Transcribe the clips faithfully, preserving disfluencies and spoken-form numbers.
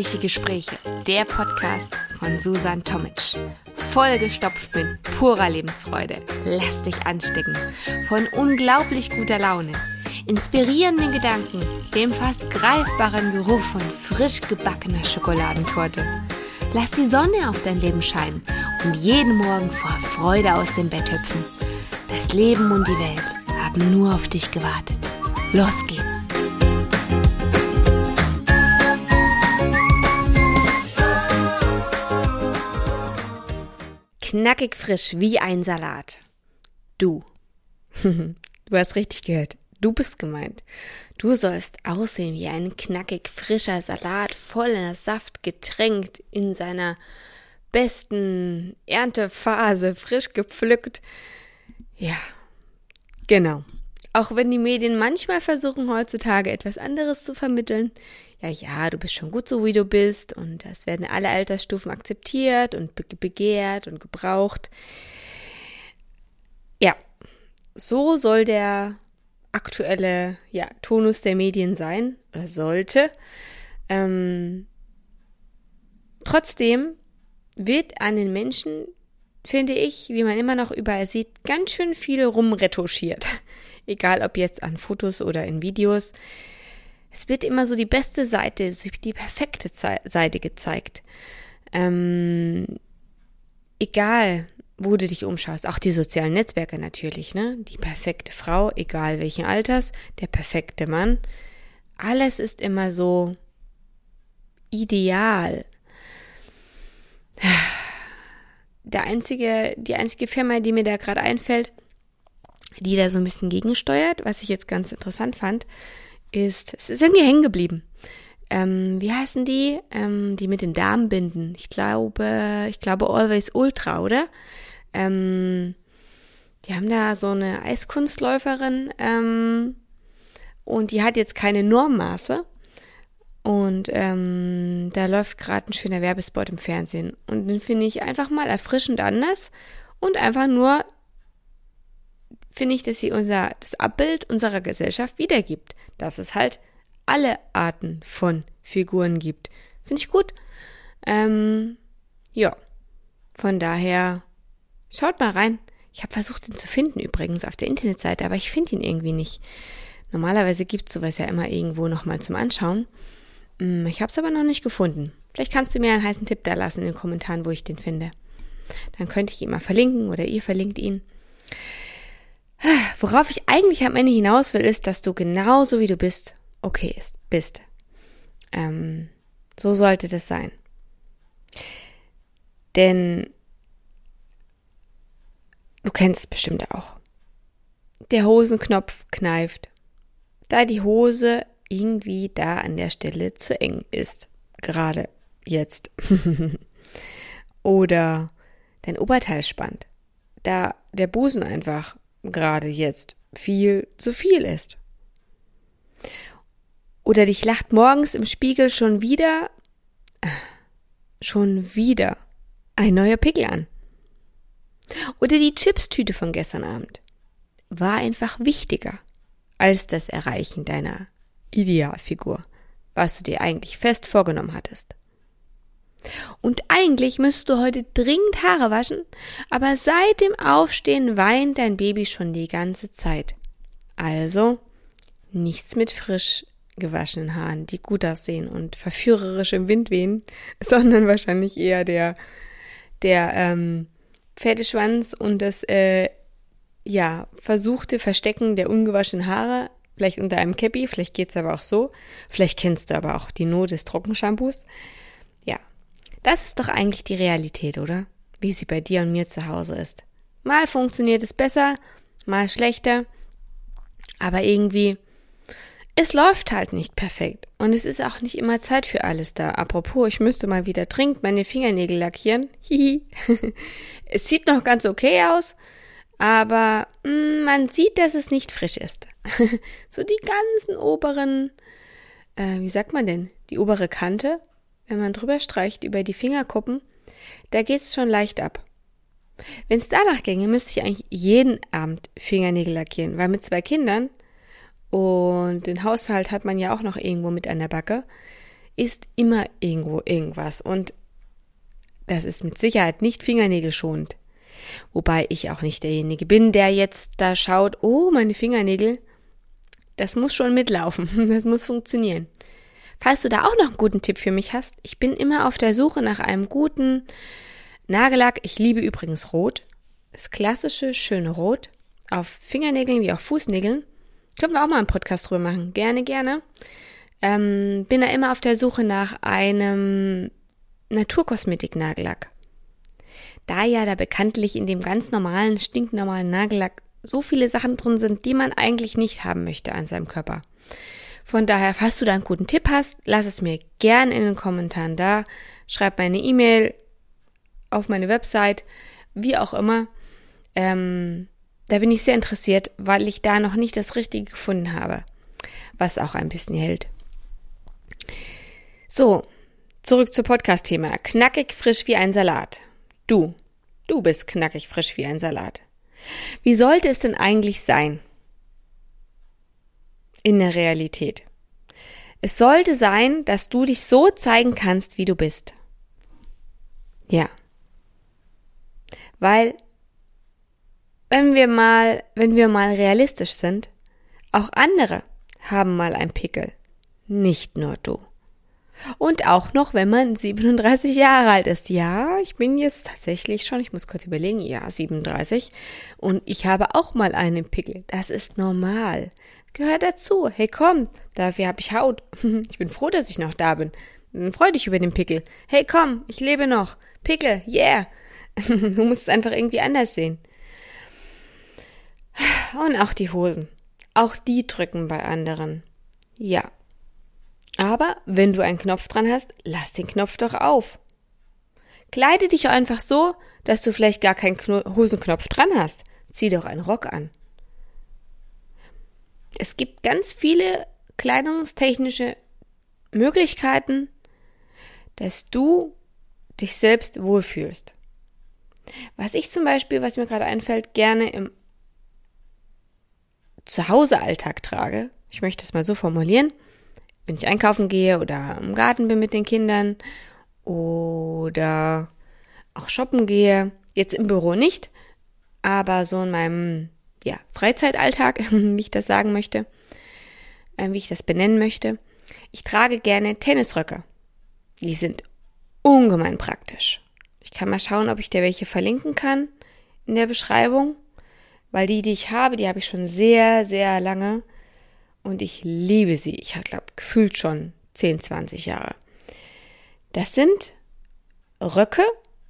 Ehrliche Gespräche, der Podcast von Susan Tomic. Vollgestopft mit purer Lebensfreude. Lass dich anstecken von unglaublich guter Laune, inspirierenden Gedanken, dem fast greifbaren Geruch von frisch gebackener Schokoladentorte. Lass die Sonne auf dein Leben scheinen und jeden Morgen vor Freude aus dem Bett hüpfen. Das Leben und die Welt haben nur auf dich gewartet. Los geht's! Knackig frisch wie ein Salat. Du. Du hast richtig gehört. Du bist gemeint. Du sollst aussehen wie ein knackig frischer Salat, voller Saft, getränkt, in seiner besten Erntephase, frisch gepflückt. Ja, genau. Auch wenn die Medien manchmal versuchen, heutzutage etwas anderes zu vermitteln. Ja, ja, du bist schon gut so, wie du bist, und das werden alle Altersstufen akzeptiert und be- begehrt und gebraucht. Ja, so soll der aktuelle ja, Tonus der Medien sein, oder sollte. Ähm, trotzdem wird an den Menschen, finde ich, wie man immer noch überall sieht, ganz schön viel rumretuschiert. Egal ob jetzt an Fotos oder in Videos. Es wird immer so die beste Seite, die perfekte Seite gezeigt. Ähm, egal, wo du dich umschaust, auch die sozialen Netzwerke natürlich, ne? Die perfekte Frau, egal welchen Alters, der perfekte Mann. Alles ist immer so ideal. Der einzige, die einzige Firma, die mir da gerade einfällt, die da so ein bisschen gegensteuert, was ich jetzt ganz interessant fand, ist, es ist irgendwie hängen geblieben. Ähm, wie heißen die? Ähm, die mit den Darmbinden. Ich glaube, ich glaube Always Ultra, oder? Ähm, die haben da so eine Eiskunstläuferin ähm, und die hat jetzt keine Normmaße. Und ähm, da läuft gerade ein schöner Werbespot im Fernsehen. Und den finde ich einfach mal erfrischend anders und einfach nur finde ich, dass sie unser, das Abbild unserer Gesellschaft wiedergibt. Dass es halt alle Arten von Figuren gibt. Finde ich gut. Ähm, ja, von daher, schaut mal rein. Ich habe versucht, ihn zu finden übrigens auf der Internetseite, aber ich finde ihn irgendwie nicht. Normalerweise gibt es sowas ja immer irgendwo nochmal zum Anschauen. Ich habe es aber noch nicht gefunden. Vielleicht kannst du mir einen heißen Tipp da lassen in den Kommentaren, wo ich den finde. Dann könnte ich ihn mal verlinken oder ihr verlinkt ihn. Worauf ich eigentlich am Ende hinaus will, ist, dass du genauso wie du bist, okay bist. Ähm, so sollte das sein. Denn du kennst es bestimmt auch. Der Hosenknopf kneift, da die Hose irgendwie da an der Stelle zu eng ist. Gerade jetzt. Oder dein Oberteil spannt, da der Busen einfach gerade jetzt viel zu viel ist. Oder dich lacht morgens im Spiegel schon wieder, schon wieder ein neuer Pickel an. Oder die Chipstüte von gestern Abend war einfach wichtiger als das Erreichen deiner Idealfigur, was du dir eigentlich fest vorgenommen hattest. Und eigentlich müsstest du heute dringend Haare waschen, aber seit dem Aufstehen weint dein Baby schon die ganze Zeit. Also nichts mit frisch gewaschenen Haaren, die gut aussehen und verführerisch im Wind wehen, sondern wahrscheinlich eher der der ähm, Pferdeschwanz und das äh, ja versuchte Verstecken der ungewaschenen Haare, vielleicht unter einem Käppi, vielleicht geht's aber auch so, vielleicht kennst du aber auch die Not des Trockenshampoos. Ja. Das ist doch eigentlich die Realität, oder? Wie sie bei dir und mir zu Hause ist. Mal funktioniert es besser, mal schlechter, aber irgendwie, es läuft halt nicht perfekt. Und es ist auch nicht immer Zeit für alles da. Apropos, ich müsste mal wieder dringend meine Fingernägel lackieren. Hihi. Es sieht noch ganz okay aus, aber mh, man sieht, dass es nicht frisch ist. So die ganzen oberen, äh, wie sagt man denn, die obere Kante, wenn man drüber streicht über die Fingerkuppen, da geht's schon leicht ab. Wenn es danach ginge, müsste ich eigentlich jeden Abend Fingernägel lackieren, weil mit zwei Kindern und den Haushalt hat man ja auch noch irgendwo mit an der Backe. ist immer irgendwo irgendwas und das ist mit Sicherheit nicht fingernägelschonend. Wobei ich auch nicht derjenige bin, der jetzt da schaut, oh, meine Fingernägel, das muss schon mitlaufen, das muss funktionieren. Falls du da auch noch einen guten Tipp für mich hast, ich bin immer auf der Suche nach einem guten Nagellack. Ich liebe übrigens Rot, das klassische, schöne Rot, auf Fingernägeln wie auf Fußnägeln. Können wir auch mal einen Podcast drüber machen, gerne, gerne. Ähm, bin da immer auf der Suche nach einem Naturkosmetik-Nagellack. Da ja da bekanntlich in dem ganz normalen, stinknormalen Nagellack so viele Sachen drin sind, die man eigentlich nicht haben möchte an seinem Körper. Von daher, falls du da einen guten Tipp hast, lass es mir gern in den Kommentaren da. Schreib meine E-Mail auf meine Website, wie auch immer. Ähm, da bin ich sehr interessiert, weil ich da noch nicht das Richtige gefunden habe, was auch ein bisschen hält. So, zurück zum Podcast-Thema. Knackig frisch wie ein Salat. Du, du bist knackig frisch wie ein Salat. Wie sollte es denn eigentlich sein? In der Realität. Es sollte sein, dass du dich so zeigen kannst, wie du bist. Ja. Weil, wenn wir mal, wenn wir mal realistisch sind, auch andere haben mal einen Pickel. Nicht nur du. Und auch noch, wenn man siebenunddreißig Jahre alt ist. Ja, ich bin jetzt tatsächlich schon, ich muss kurz überlegen, ja, siebenunddreißig. Und ich habe auch mal einen Pickel. Das ist normal. Gehört dazu. Hey, komm, dafür habe ich Haut. Ich bin froh, dass ich noch da bin. Freu dich über den Pickel. Hey, komm, ich lebe noch. Pickel, yeah. Du musst es einfach irgendwie anders sehen. Und auch die Hosen. Auch die drücken bei anderen. Ja. Aber wenn du einen Knopf dran hast, lass den Knopf doch auf. Kleide dich einfach so, dass du vielleicht gar keinen Kno- Hosenknopf dran hast. Zieh doch einen Rock an. Es gibt ganz viele kleidungstechnische Möglichkeiten, dass du dich selbst wohlfühlst. Was ich zum Beispiel, was mir gerade einfällt, gerne im Zuhause-Alltag trage, ich möchte es mal so formulieren, wenn ich einkaufen gehe oder im Garten bin mit den Kindern oder auch shoppen gehe, jetzt im Büro nicht, aber so in meinem ja, Freizeitalltag, wie ich das sagen möchte, äh, wie ich das benennen möchte. Ich trage gerne Tennisröcke. Die sind ungemein praktisch. Ich kann mal schauen, ob ich dir welche verlinken kann in der Beschreibung, weil die, die ich habe, die habe ich schon sehr, sehr lange und ich liebe sie. Ich habe, glaube gefühlt schon zehn, zwanzig Jahre. Das sind Röcke,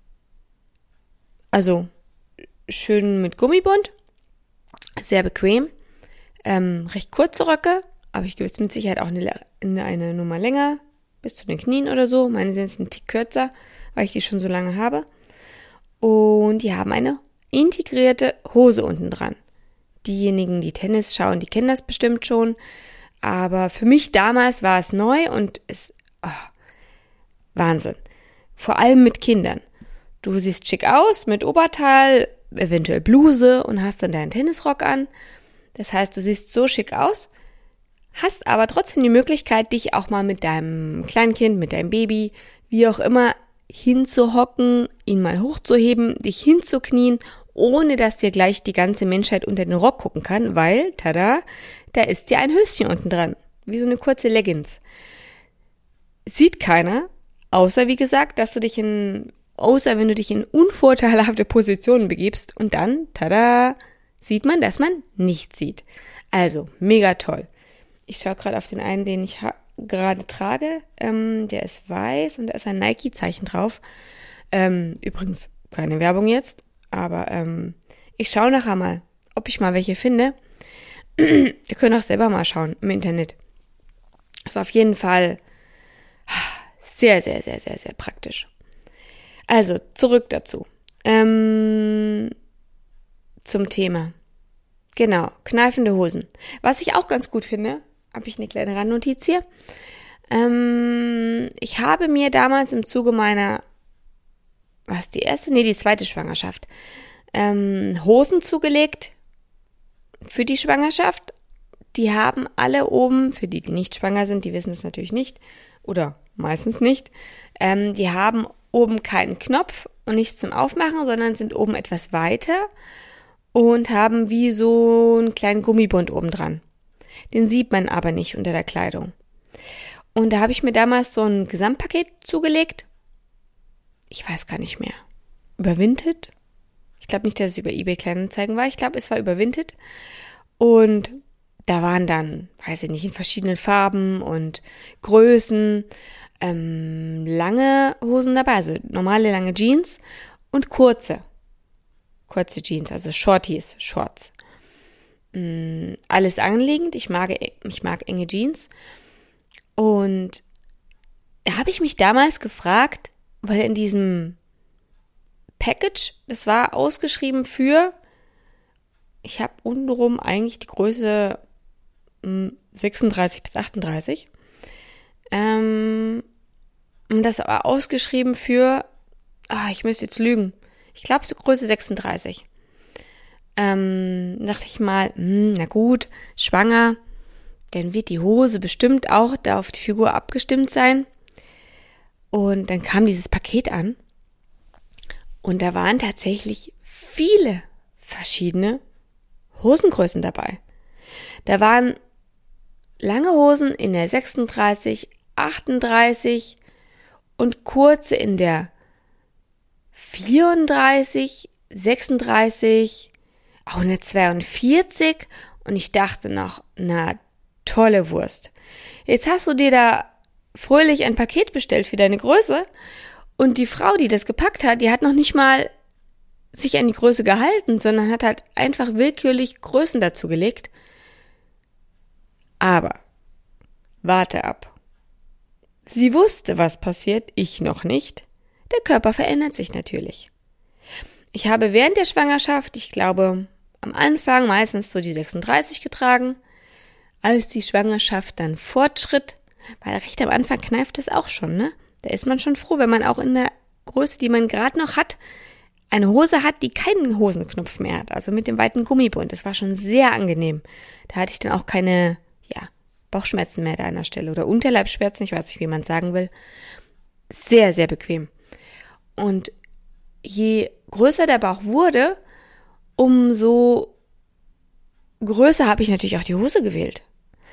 also schön mit Gummibund, sehr bequem, ähm, recht kurze Röcke, aber ich gebe es mit Sicherheit auch eine, eine Nummer länger, bis zu den Knien oder so. Meine sind jetzt ein Tick kürzer, weil ich die schon so lange habe. Und die haben eine integrierte Hose unten dran. Diejenigen, die Tennis schauen, die kennen das bestimmt schon. Aber für mich damals war es neu und es, oh, Wahnsinn. Vor allem mit Kindern. Du siehst schick aus, mit Oberteil, eventuell Bluse und hast dann deinen Tennisrock an. Das heißt, du siehst so schick aus, hast aber trotzdem die Möglichkeit, dich auch mal mit deinem Kleinkind, mit deinem Baby, wie auch immer, hinzuhocken, ihn mal hochzuheben, dich hinzuknien, ohne dass dir gleich die ganze Menschheit unter den Rock gucken kann, weil, tada, da ist ja ein Höschen unten dran, wie so eine kurze Leggings. Sieht keiner, außer wie gesagt, dass du dich in, außer wenn du dich in unvorteilhafte Positionen begibst und dann, tada, sieht man, dass man nichts sieht. Also, mega toll. Ich schaue gerade auf den einen, den ich ha- gerade trage. Ähm, der ist weiß und da ist ein Nike-Zeichen drauf. Ähm, übrigens keine Werbung jetzt, aber ähm, ich schaue nachher mal, ob ich mal welche finde. Ihr könnt auch selber mal schauen im Internet. Ist auf jeden Fall sehr, sehr, sehr, sehr, sehr praktisch. Also, zurück dazu. Ähm, zum Thema. Genau, kneifende Hosen. Was ich auch ganz gut finde, habe ich eine kleine Randnotiz hier. Ähm, ich habe mir damals im Zuge meiner, was, die erste? Nee, die zweite Schwangerschaft, ähm, Hosen zugelegt für die Schwangerschaft. Die haben alle oben, für die, die nicht schwanger sind, die wissen es natürlich nicht, oder meistens nicht. Ähm, die haben oben keinen Knopf und nichts zum Aufmachen, sondern sind oben etwas weiter und haben wie so einen kleinen Gummibund oben dran. Den sieht man aber nicht unter der Kleidung. Und da habe ich mir damals so ein Gesamtpaket zugelegt. Ich weiß gar nicht mehr. Über Vinted. Ich glaube nicht, dass es über eBay Kleinanzeigen war. Ich glaube, es war über Vinted. Und da waren dann, weiß ich nicht, in verschiedenen Farben und Größen ähm, lange Hosen dabei. Also normale lange Jeans und kurze. Kurze Jeans, also Shorties, Shorts. Mm, alles anliegend. Ich mag, ich mag enge Jeans. Und da habe ich mich damals gefragt, weil in diesem Package, das war ausgeschrieben für, ich habe untenrum eigentlich die Größe sechsunddreißig bis achtunddreißig. Ähm, und das war ausgeschrieben für, ah, ich müsste jetzt lügen, ich glaube so Größe sechsunddreißig. Ähm, dachte ich mal, mh, na gut, schwanger, dann wird die Hose bestimmt auch da auf die Figur abgestimmt sein. Und dann kam dieses Paket an und da waren tatsächlich viele verschiedene Hosengrößen dabei. Da waren lange Hosen in der sechsunddreißig, achtunddreißig und kurze in der vierunddreißig, sechsunddreißig, auch eine zweiundvierzig und ich dachte noch, na tolle Wurst. Jetzt hast du dir da fröhlich ein Paket bestellt für deine Größe und die Frau, die das gepackt hat, die hat noch nicht mal sich an die Größe gehalten, sondern hat halt einfach willkürlich Größen dazu gelegt. Aber warte ab. Sie wusste, was passiert, ich noch nicht. Der Körper verändert sich natürlich. Ich habe während der Schwangerschaft, ich glaube, am Anfang meistens so die sechsunddreißig getragen. Als die Schwangerschaft dann fortschritt, weil recht am Anfang kneift es auch schon, ne? Da ist man schon froh, wenn man auch in der Größe, die man gerade noch hat, eine Hose hat, die keinen Hosenknopf mehr hat, also mit dem weiten Gummibund. Das war schon sehr angenehm. Da hatte ich dann auch keine, ja, Bauchschmerzen mehr da an der Stelle oder Unterleibsschmerzen, ich weiß nicht, wie man es sagen will. Sehr, sehr bequem. Und je größer der Bauch wurde, umso größer habe ich natürlich auch die Hose gewählt.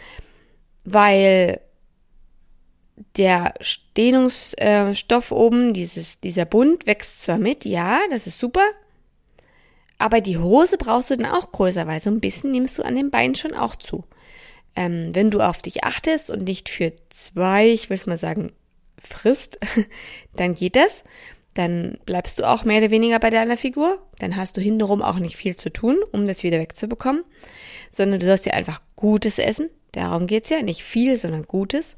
Weil der Dehnungsstoff oben, dieses, dieser Bund wächst zwar mit, ja, das ist super, aber die Hose brauchst du dann auch größer, weil so ein bisschen nimmst du an den Beinen schon auch zu. Ähm, wenn du auf dich achtest und nicht für zwei, ich will es mal sagen, frisst, dann geht das. Dann bleibst du auch mehr oder weniger bei deiner Figur. Dann hast du hintenrum auch nicht viel zu tun, um das wieder wegzubekommen, sondern du sollst ja einfach Gutes essen. Darum geht's ja, nicht viel, sondern Gutes.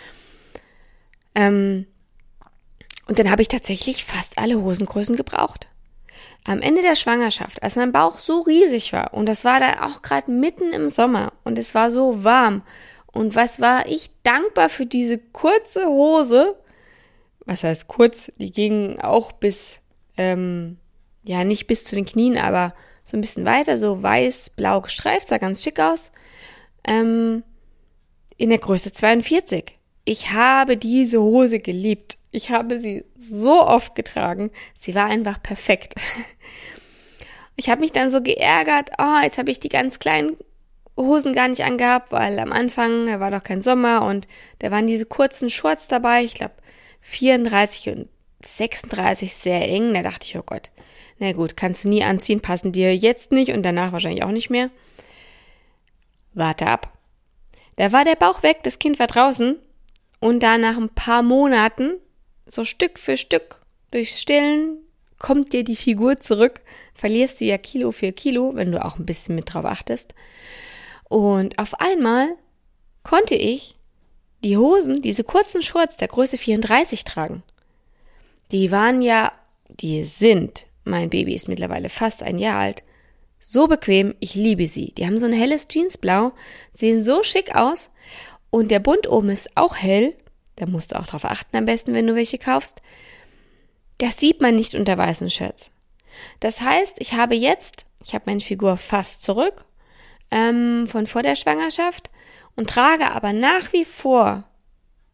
Ähm, und dann habe ich tatsächlich fast alle Hosengrößen gebraucht. Am Ende der Schwangerschaft, als mein Bauch so riesig war und das war da auch gerade mitten im Sommer und es war so warm und was war ich dankbar für diese kurze Hose, was heißt kurz, die ging auch bis, ähm, ja nicht bis zu den Knien, aber so ein bisschen weiter, so weiß-blau gestreift, sah ganz schick aus, ähm, in der Größe zweiundvierzig. Ich habe diese Hose geliebt. Ich habe sie so oft getragen. Sie war einfach perfekt. Ich habe mich dann so geärgert, oh, jetzt habe ich die ganz kleinen Hosen gar nicht angehabt, weil am Anfang, da war doch kein Sommer und da waren diese kurzen Shorts dabei. Ich glaube vierunddreißig und sechsunddreißig sehr eng. Da dachte ich, oh Gott, na gut, kannst du nie anziehen, passen dir jetzt nicht und danach wahrscheinlich auch nicht mehr. Warte ab. Da war der Bauch weg, das Kind war draußen. Und da nach ein paar Monaten, so Stück für Stück, durchs Stillen, kommt dir die Figur zurück. Verlierst du ja Kilo für Kilo, wenn du auch ein bisschen mit drauf achtest. Und auf einmal konnte ich die Hosen, diese kurzen Shorts der Größe vierunddreißig tragen. Die waren ja, die sind, mein Baby ist mittlerweile fast ein Jahr alt, so bequem, ich liebe sie. Die haben so ein helles Jeansblau, sehen so schick aus. Und der Bund oben ist auch hell, da musst du auch drauf achten am besten, wenn du welche kaufst. Das sieht man nicht unter weißen Shirts. Das heißt, ich habe jetzt, ich habe meine Figur fast zurück, ähm, von vor der Schwangerschaft und trage aber nach wie vor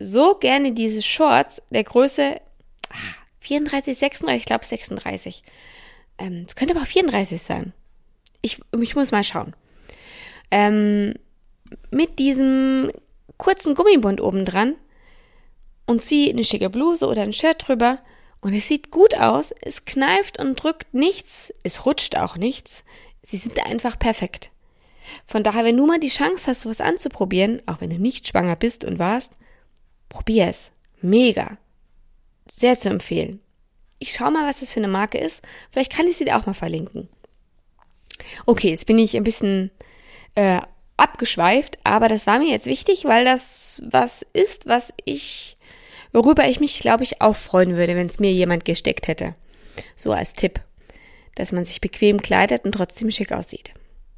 so gerne diese Shorts der Größe vierunddreißig, sechsunddreißig, ich glaube sechsunddreißig. Ähm, es könnte aber auch vierunddreißig sein. Ich, ich muss mal schauen. Ähm, mit diesem kurzen Gummibund oben dran und ziehe eine schicke Bluse oder ein Shirt drüber und es sieht gut aus, es kneift und drückt nichts, es rutscht auch nichts, sie sind einfach perfekt. Von daher, wenn du mal die Chance hast, sowas anzuprobieren, auch wenn du nicht schwanger bist und warst, probier es. Mega. Sehr zu empfehlen. Ich schau mal, was das für eine Marke ist. Vielleicht kann ich sie dir auch mal verlinken. Okay, jetzt bin ich ein bisschen äh, abgeschweift, aber das war mir jetzt wichtig, weil das was ist, was ich, worüber ich mich, glaube ich, auch freuen würde, wenn es mir jemand gesteckt hätte. So als Tipp, dass man sich bequem kleidet und trotzdem schick aussieht.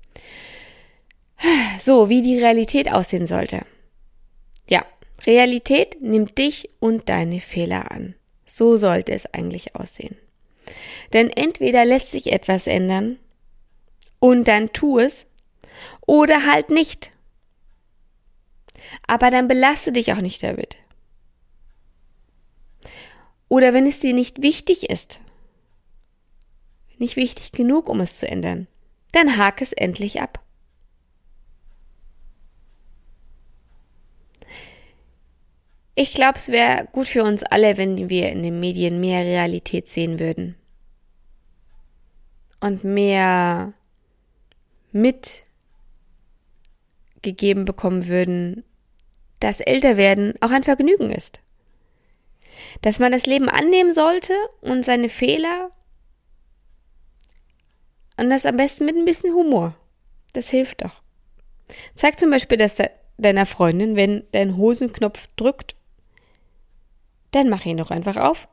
So, wie die Realität aussehen sollte. Ja, Realität nimmt dich und deine Fehler an. So sollte es eigentlich aussehen. Denn entweder lässt sich etwas ändern und dann tu es oder halt nicht. Aber dann belaste dich auch nicht damit. Oder wenn es dir nicht wichtig ist, nicht wichtig genug, um es zu ändern, dann hake es endlich ab. Ich glaube, es wäre gut für uns alle, wenn wir in den Medien mehr Realität sehen würden. Und mehr mitgegeben bekommen würden, dass Älterwerden auch ein Vergnügen ist. Dass man das Leben annehmen sollte und seine Fehler und das am besten mit ein bisschen Humor. Das hilft doch. Zeig zum Beispiel das deiner Freundin, wenn dein Hosenknopf drückt, dann mach ihn doch einfach auf.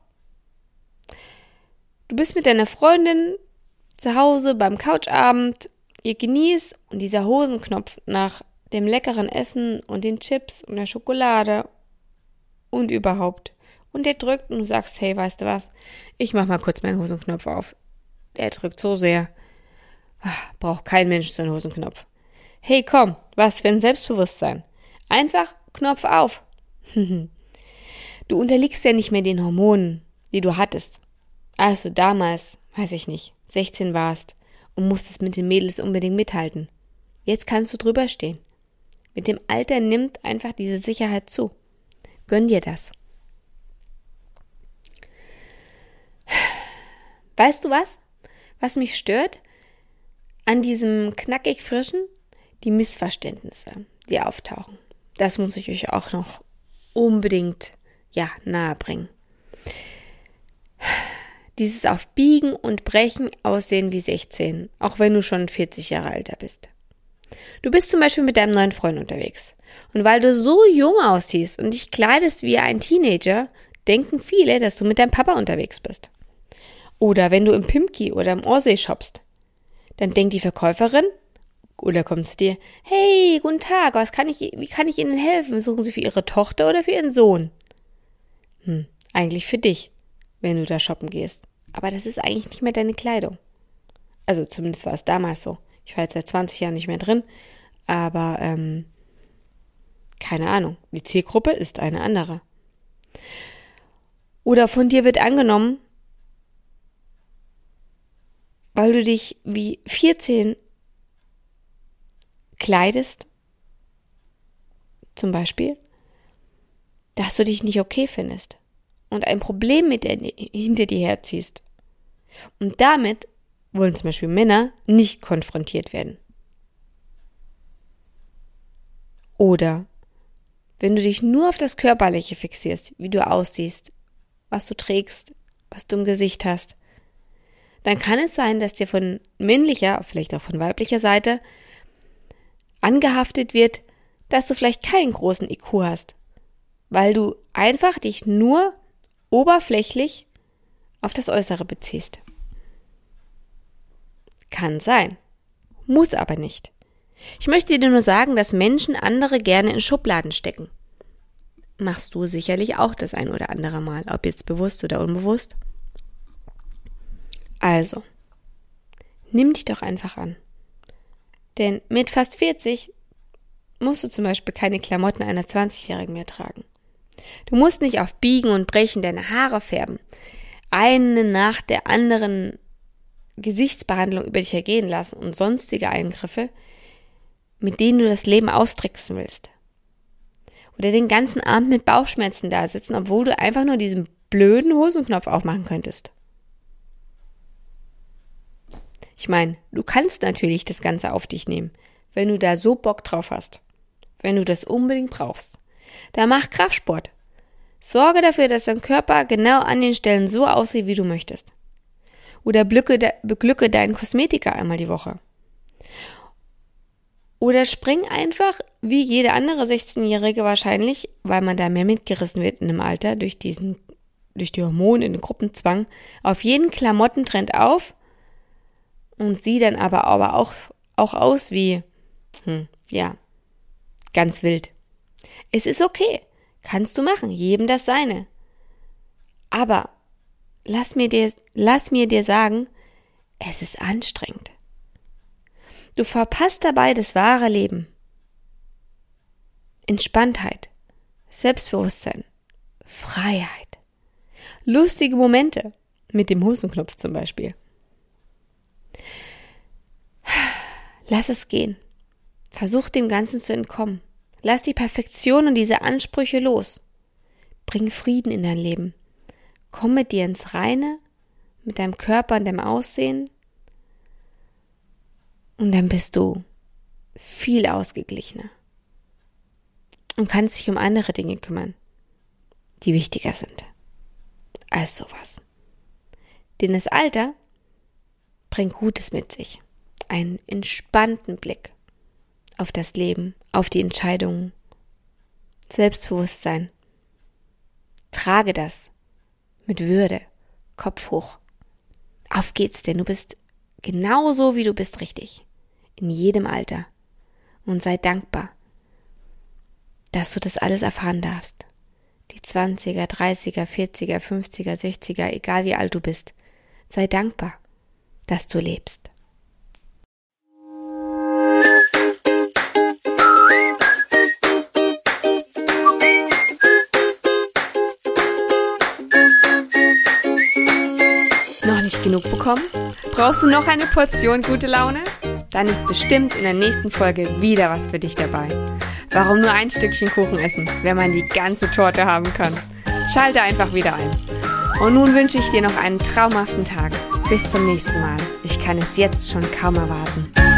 Du bist mit deiner Freundin zu Hause beim Couchabend, ihr genießt und dieser Hosenknopf nach dem leckeren Essen und den Chips und der Schokolade und überhaupt. Und der drückt und du sagst, hey, weißt du was, ich mach mal kurz meinen Hosenknopf auf. Der drückt so sehr. Ach, braucht kein Mensch so einen Hosenknopf. Hey, komm, was für ein Selbstbewusstsein. Einfach Knopf auf. Du unterliegst ja nicht mehr den Hormonen, die du hattest. Also damals, weiß ich nicht, sechzehn warst und musstest mit den Mädels unbedingt mithalten. Jetzt kannst du drüber stehen. Mit dem Alter nimmt einfach diese Sicherheit zu. Gönn dir das. Weißt du was? Was mich stört? An diesem knackig frischen, die Missverständnisse, die auftauchen. Das muss ich euch auch noch unbedingt ja, nahe bringen. Dieses auf Biegen und Brechen aussehen wie sechzehn, auch wenn du schon vierzig Jahre älter bist. Du bist zum Beispiel mit deinem neuen Freund unterwegs. Und weil du so jung aussiehst und dich kleidest wie ein Teenager, denken viele, dass du mit deinem Papa unterwegs bist. Oder wenn du im Pimki oder im Orsay shoppst, dann denkt die Verkäuferin oder kommt zu dir, hey, guten Tag, was kann ich, wie kann ich Ihnen helfen? Suchen Sie für Ihre Tochter oder für Ihren Sohn? Hm, eigentlich für dich, wenn du da shoppen gehst. Aber das ist eigentlich nicht mehr deine Kleidung. Also zumindest war es damals so. Ich war jetzt seit zwanzig Jahren nicht mehr drin, aber ähm, keine Ahnung, die Zielgruppe ist eine andere. Oder von dir wird angenommen, weil du dich wie vierzehn kleidest, zum Beispiel, dass du dich nicht okay findest und ein Problem mit der, hinter dir herziehst. Und damit wollen zum Beispiel Männer nicht konfrontiert werden. Oder wenn du dich nur auf das Körperliche fixierst, wie du aussiehst, was du trägst, was du im Gesicht hast, dann kann es sein, dass dir von männlicher, vielleicht auch von weiblicher Seite angehaftet wird, dass du vielleicht keinen großen I Q hast, weil du einfach dich nur oberflächlich auf das Äußere beziehst. Kann sein, muss aber nicht. Ich möchte dir nur sagen, dass Menschen andere gerne in Schubladen stecken. Machst du sicherlich auch das ein oder andere Mal, ob jetzt bewusst oder unbewusst. Also, nimm dich doch einfach an. Denn mit fast vierzig musst du zum Beispiel keine Klamotten einer zwanzigjährigen mehr tragen. Du musst nicht auf Biegen und Brechen deine Haare färben, eine nach der anderen Gesichtsbehandlung über dich ergehen lassen und sonstige Eingriffe, mit denen du das Leben austricksen willst. Oder den ganzen Abend mit Bauchschmerzen da sitzen, obwohl du einfach nur diesen blöden Hosenknopf aufmachen könntest. Ich meine, du kannst natürlich das Ganze auf dich nehmen, wenn du da so Bock drauf hast, wenn du das unbedingt brauchst. Dann mach Kraftsport. Sorge dafür, dass dein Körper genau an den Stellen so aussieht, wie du möchtest. Oder beglücke deinen Kosmetiker einmal die Woche. Oder spring einfach, wie jede andere sechzehnjährige wahrscheinlich, weil man da mehr mitgerissen wird in dem Alter, durch diesen, durch die Hormone, den Gruppenzwang, auf jeden Klamottentrend auf und sieh dann aber, aber auch, auch aus wie, hm, ja, ganz wild. Es ist okay, kannst du machen, jedem das seine. Aber lass mir dir, lass mir dir sagen, es ist anstrengend. Du verpasst dabei das wahre Leben. Entspanntheit, Selbstbewusstsein, Freiheit, lustige Momente, mit dem Hosenknopf zum Beispiel. Lass es gehen. Versuch dem Ganzen zu entkommen. Lass die Perfektion und diese Ansprüche los. Bring Frieden in dein Leben. Komm mit dir ins Reine, mit deinem Körper und deinem Aussehen. Und dann bist du viel ausgeglichener und kannst dich um andere Dinge kümmern, die wichtiger sind als sowas. Denn das Alter bringt Gutes mit sich, einen entspannten Blick auf das Leben, auf die Entscheidungen, Selbstbewusstsein. Trage das mit Würde, Kopf hoch. Auf geht's, denn du bist genauso, wie du bist, richtig. In jedem Alter. Und sei dankbar, dass du das alles erfahren darfst. Die zwanziger, dreißiger, vierziger, fünfziger, sechziger, egal wie alt du bist. Sei dankbar, dass du lebst. Noch nicht genug bekommen? Brauchst du noch eine Portion gute Laune? Dann ist bestimmt in der nächsten Folge wieder was für dich dabei. Warum nur ein Stückchen Kuchen essen, wenn man die ganze Torte haben kann? Schalte einfach wieder ein. Und nun wünsche ich dir noch einen traumhaften Tag. Bis zum nächsten Mal. Ich kann es jetzt schon kaum erwarten.